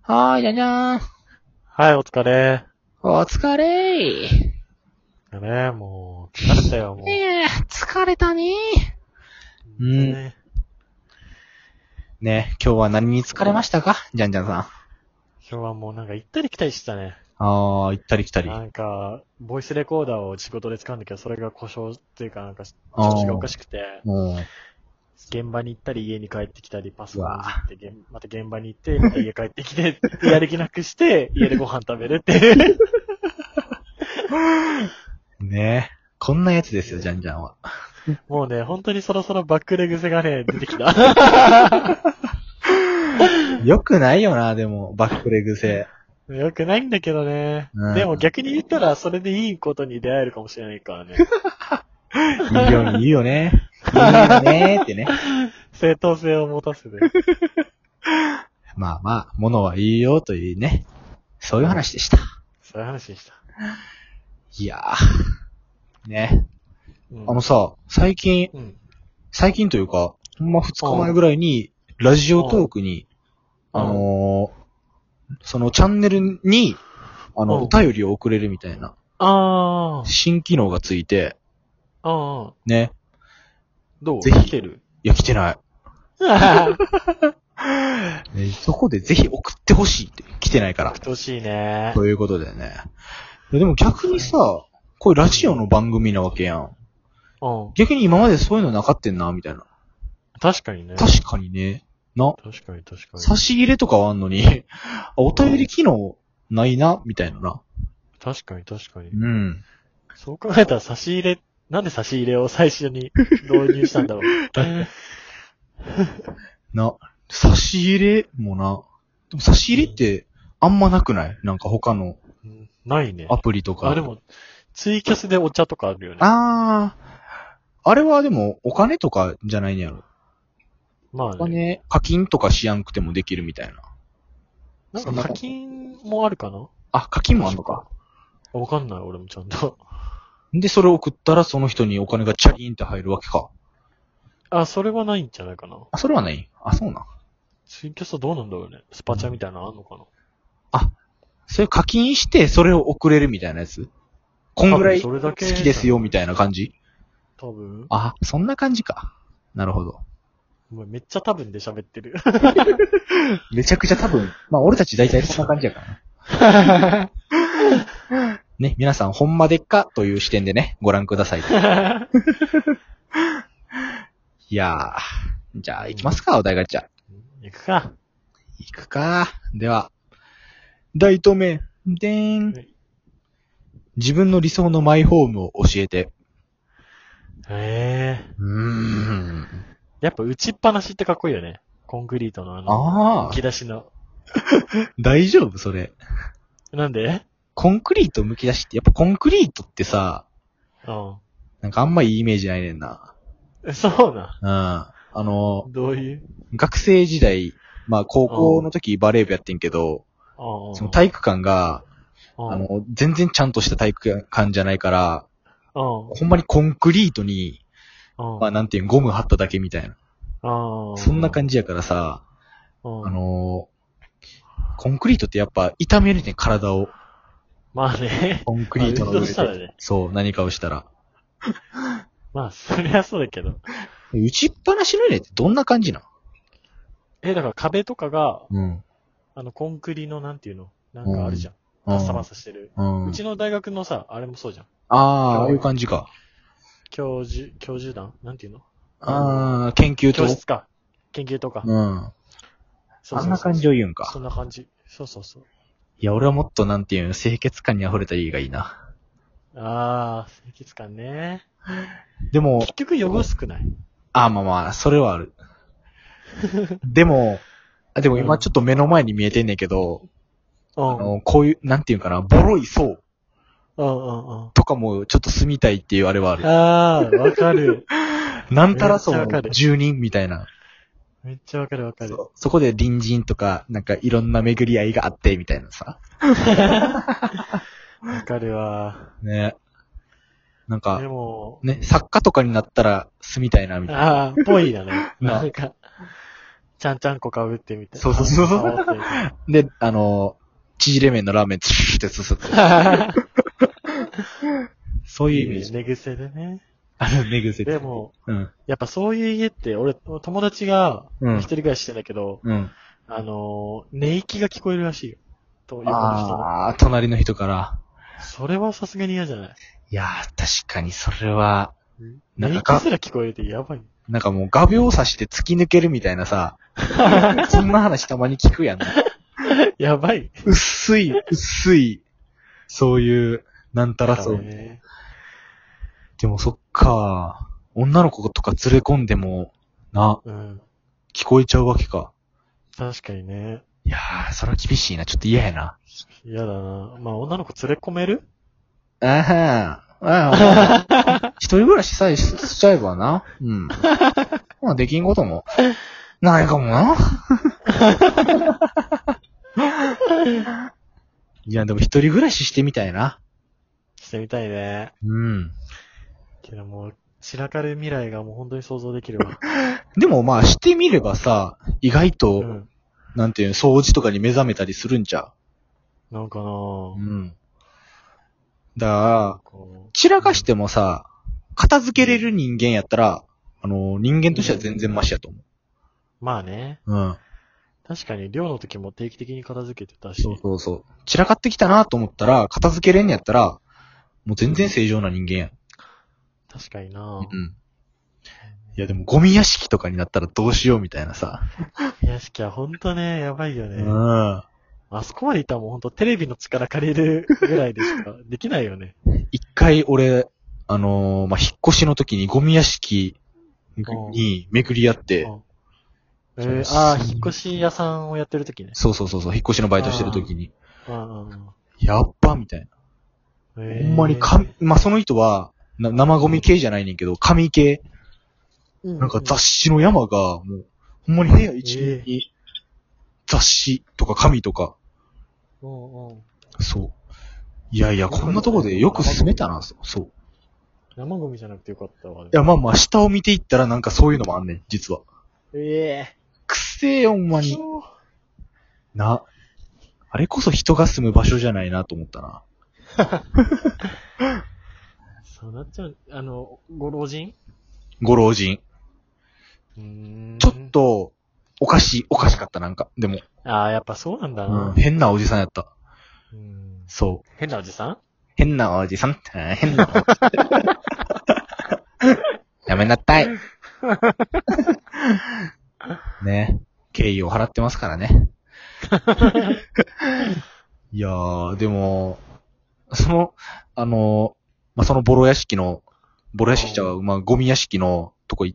はーい、じゃんじゃーん。 はい、お疲れ。 お疲れー。 ねもう、疲れたよ、もう。 疲れたねー。 ねね、今日は何に疲れましたかじゃんじゃんさん。 今日はもうなんか行ったり来たりしてたね。 行ったり来たり。 なんか、ボイスレコーダーを仕事で使うんだけど、それが故障っていうかなんか、調子がおかしくて、 も現場に行ったり家に帰ってきたり、パソコンいじってまた現場に行って、また家帰ってきて、やる気なくして、家でご飯食べるっていう。 ねこんなやつですよ、じゃんじゃんは。 もうね、本当にそろそろバックレ癖がね、出てきた。 よくないよな、でも、バックレ癖。 よくないんだけどね。 うんでも逆に言ったら、それでいいことに出会えるかもしれないからね。 いいように言うよね。いいよねーってね。 正当性を持たせて。 まあまあ、ものはいいよというね。そういう話でした。 そういう話でした。 いやー。ね。 うん。 さ、最近というか、ほんま2日前ぐらいに、ラジオトークに、そのチャンネルに、お便りを送れるみたいな、新機能がついて、ね。 どうぜひ来てるいや、来てない。そこでぜひ送ってほしいって、来てないから。 来てほしいね。 ということでね。でも逆にさ、これラジオの番組なわけやん。逆に今までそういうのなかったんな、みたいな。 確かにね。 確かにね。 確かに。 差し入れとかはあんのに、お便り機能ないな、みたいなな。 確かに。 うん。 そう考えたら差し入れ、なんで差し入れを最初に導入したんだろう。 差し入れもな。でも差し入れってあんまなくないなんか他のないね。 アプリとか。 でも、ツイキャスでお茶とかあるよね。 あれはでもお金とかじゃないんやろ。 まあね。 お金課金とかしやんくてもできるみたいな。 なんか課金もあるかな？ 課金もあんのか。 わかんない、俺もちゃんと。 で、それを送ったらその人にお金がチャリーンって入るわけか。 それはないんじゃないかな。 それはないそうなん。 ツイキャスはどうなんだろうね。スパチャみたいなのあんのかな。 それ課金してそれを送れるみたいなやつこんぐらい好それだけきですよみたいな感じ多分。 そんな感じか。なるほど。 お前めっちゃ多分で喋ってる。 めちゃくちゃ多分、まあ俺たち大体そんな感じやからな。ね、皆さんほんまでっかという視点でね、ご覧ください。いやー、じゃあ行きますか、お題ガチャ。 行くか。 行くか。では、大東名、でーん。自分の理想のマイホームを教えて。ややっぱ打ちっぱなしってかっこいいよね。コンクリートのむき出しの。 大丈夫それ。 なんで？ コンクリートむき出しって、やっぱコンクリートってさ、なんかあんまいいイメージないねんな。 そうな。 どういう学生時代、まあ高校の時バレー部やってんけど、その体育館が、全然ちゃんとした体育館じゃないから、ほんまにコンクリートに、まあなんていうゴム貼っただけみたいな。そんな感じやからさ、コンクリートってやっぱ痛めるね、体を。 まあね。 コンクリートの上で。 ね、 そう、何かをしたら。 まあ、そりゃそうだけど。 打ちっぱなしの上ってどんな感じなだから壁とかが、 のコンクリのなんていうのなんかあるじゃん。バッサバサしてる。うちの大学のさ、あれもそうじゃん。 ああいう感じか。 教授団なんていうの研究と。 教室か。研究とか。 そうあんな感じを言うんか。 そんな感じ。そう。 いや、俺はもっとなんていうの、清潔感に溢れた家がいいな。 清潔感ね。 でも、 結局汚すくない？ まあ、それはある。でも今ちょっと目の前に見えてんねんけど、こういう、なんていうかな、ボロい層。とかもちょっと住みたいっていうあれはある。 わかる。 なんたら層の住人みたいな。 めっちゃわかる。 そこで隣人とか、なんかいろんな巡り合いがあって、みたいなさ。 わかるわ。 ね。なんか、 でも、 ね、作家とかになったら住みたいな、みたいな。 ぽいだね。なんか、 ちゃんちゃんこかぶってみたいな。 そうそうそうそう羽織ってみたいなで、縮れ麺のラーメンツシュってすすって。そういうイメージ。 寝癖でね。 寝癖でも、 うん。 やっぱそういう家って、俺、友達が、 うん一人暮らししてんだけど、 うん。 寝息が聞こえるらしいよ。と、横の人の。 ああ、隣の人から。 それはさすがに嫌じゃない？ いやー、確かにそれは、なん寝か息すら聞こえるってやばい。 なんかもう画鋲刺して突き抜けるみたいなさ、そんな話たまに聞くやん。 やばい。 薄い、そういう、なんたらそう。 ね。 でもそっか、女の子とか連れ込んでも、 うん。 聞こえちゃうわけか。 確かにね。 いやー、それは厳しいな。ちょっと嫌やな。 嫌だな。まあ、女の子連れ込める？ 一人暮らしさえしちゃえばな。うん。まあ、できんことも、ないかもな。いや、でも一人暮らししてみたいな。 してみたいね。 うん。 けどもう、散らかる未来がもう本当に想像できるわ。 でもまあ、してみればさ、意外と、 うん。 なんていうの、掃除とかに目覚めたりするんちゃなんかなう。 ぁ。 うん。だから、 こ散らかしてもさ、片付けれる人間やったら、人間としては全然マシやと思まあね。 う。うん。 確かに寮の時も定期的に片付けてたし。 そうそうそう。散らかってきたなと思ったら、片付けれんやったら、もう全然正常な人間や。 確かになぁ。 うん。いやでもゴミ屋敷とかになったらどうしようみたいなさ。 屋敷はほんとね、やばいよね。 うん。 あそこまでいったらもうほんとテレビの力借りるぐらいでしかできないよね。 一回俺、まあ、引っ越しの時にゴミ屋敷に巡り合って、 引っ越し屋さんをやってる時ね。 そう、引っ越しのバイトしてる時に、 うんうんやっばみたいな。ほんまにまあ、その人は、生ゴミ系じゃないねんけど、紙系、なんか雑誌の山が、もう、ほんまに部屋一面に、雑誌とか紙とか、そう。いやいや、こんなとこでよく住めたな、そう。 生ゴミじゃなくてよかったわ。 いや、まあまあ、下を見ていったらなんかそういうのもあんねん、実は。くせえよ、ほんまに。な。あれこそ人が住む場所じゃないなと思ったな。 そうなっちゃう。ご老人？ ご老人。ちょっと、おかしかった、なんか。でも。 ああ、やっぱそうなんだな。 変なおじさんやった。そう。 変なおじさん？ 変なおじさんって変なおじさん。やめなったい。ね。敬意を払ってますからね。いやー、でも、そのボロ屋敷ちゃう、まあ、ゴミ屋敷のとこ行って、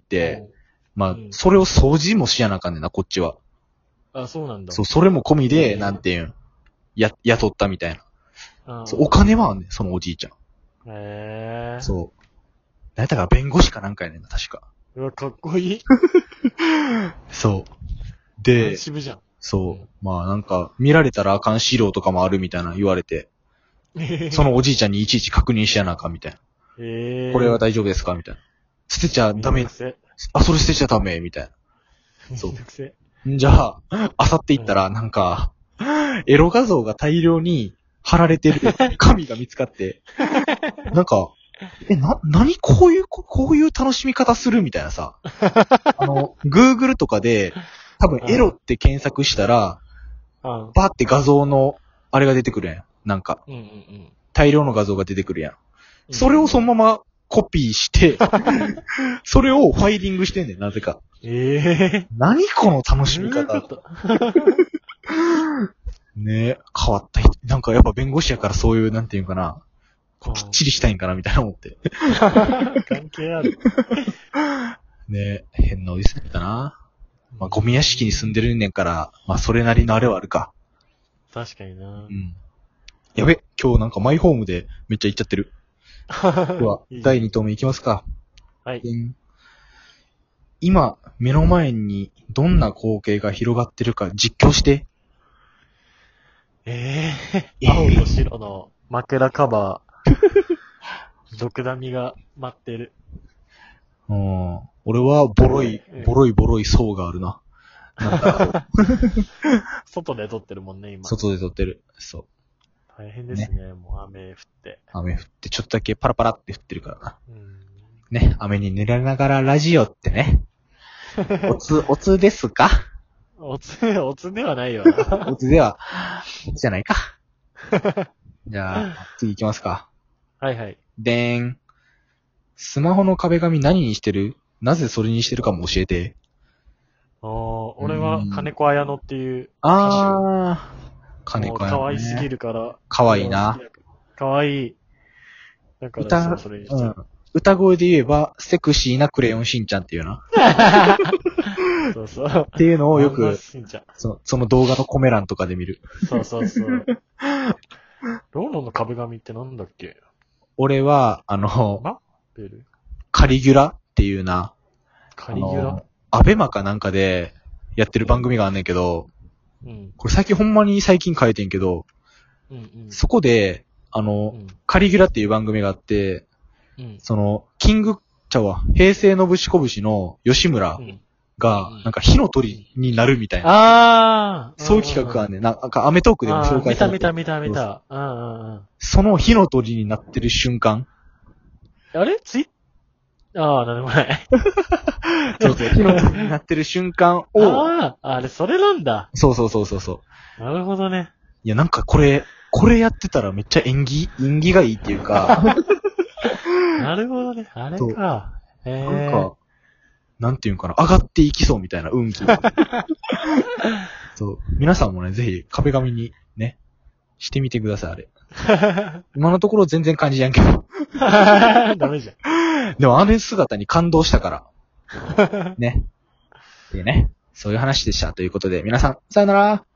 まあ、それを掃除もしやなあかんねんな、こっちは。 あ、そうなんだ。 そう、それも込みで、なんていうん、雇ったみたいな。そう、お金はあんねん、そのおじいちゃん。そう。なんやったか弁護士かなんかやねんな、確か。 うわ、かっこいい。 そう。で、 渋じゃん。 そう。まあなんか、見られたらあかん資料とかもあるみたいな言われて、そのおじいちゃんにいちいち確認しやなあかんみたいな。これは大丈夫ですかみたいな。捨てちゃダメ。あ、それ捨てちゃダメみたいな。そう。じゃあ、あさっていったら、なんか、エロ画像が大量に貼られてる紙が見つかって、なんか、何こういう楽しみ方するみたいなさ。Google とかで、多分エロって検索したら、バーって画像の、あれが出てくるやん。なんか、大量の画像が出てくるやん。それをそのままコピーして、それをファイリングしてんねん、なぜか。何この楽しみ方。ねえ、変わった人。なんかやっぱ弁護士やからそういう、なんていうかな、きっちりしたいんかなみたいな思って。 関係ある。 ねえ、変なおじさんやったな。まあ、ゴミ屋敷に住んでるねんから、まあ、それなりのあれはあるか。 確かにな。 うん。やべ、今日なんかマイホームでめっちゃ行っちゃってる。では、第2投目行きますか。 はい。 今、目の前にどんな光景が広がってるか実況して。 青と白の枕カバー。毒ダミが待ってる。 俺はボロい層があるな。 なんだろう。 外で撮ってるもんね、今。 外で撮ってる。そう。 大変ですね、もう雨降って。 雨降って、ちょっとだけパラパラって降ってるからな。 うん。 ね、雨に濡れながらラジオってね。おつですか？ おつではないよな。 おつでは、おつじゃないか。じゃあ、次行きますか。 はいはい。 でーん。スマホの壁紙何にしてる？なぜそれにしてるかも教えて。 俺は金子綾乃っていう金子綾乃、ね。 可愛すぎるから。 可愛いな。 可愛い。だからそれにしてる。 歌声で言えば、セクシーなクレヨンしんちゃんっていうな。 そうそう。 っていうのをよく、その動画のコメ欄とかで見る。 そうそうそう。ローロンの壁紙ってなんだっけ？ 俺は、カリギュラっていうな。 カリギュラ？ アベマかなんかでやってる番組があんねんけど、 うん、これほんまに最近変えてんけど、 うんうん、 そこで、カリギュラっていう番組があって、 うん、 平成のぶしこぶしの吉村が、なんか火の鳥になるみたいな。そういう企画があんねん。なんかアメトークでも紹介されてる。 見た。 その火の鳥になってる瞬間。 あれなんでもない。 そう、火の鳥になってる瞬間を。 あれ、それなんだ。 そう。 なるほどね。 いや、なんかこれやってたらめっちゃ縁起がいいっていうか。 なるほどね。あれか。 なんか、なんていうんかな、上がっていきそうみたいな運気。そう。皆さんもね、ぜひ壁紙にね、してみてください、あれ。今のところ全然感じやんけど。 ダメじゃん。でもあれ姿に感動したから。ね。でね、そういう話でした。ということで、皆さん、さよなら。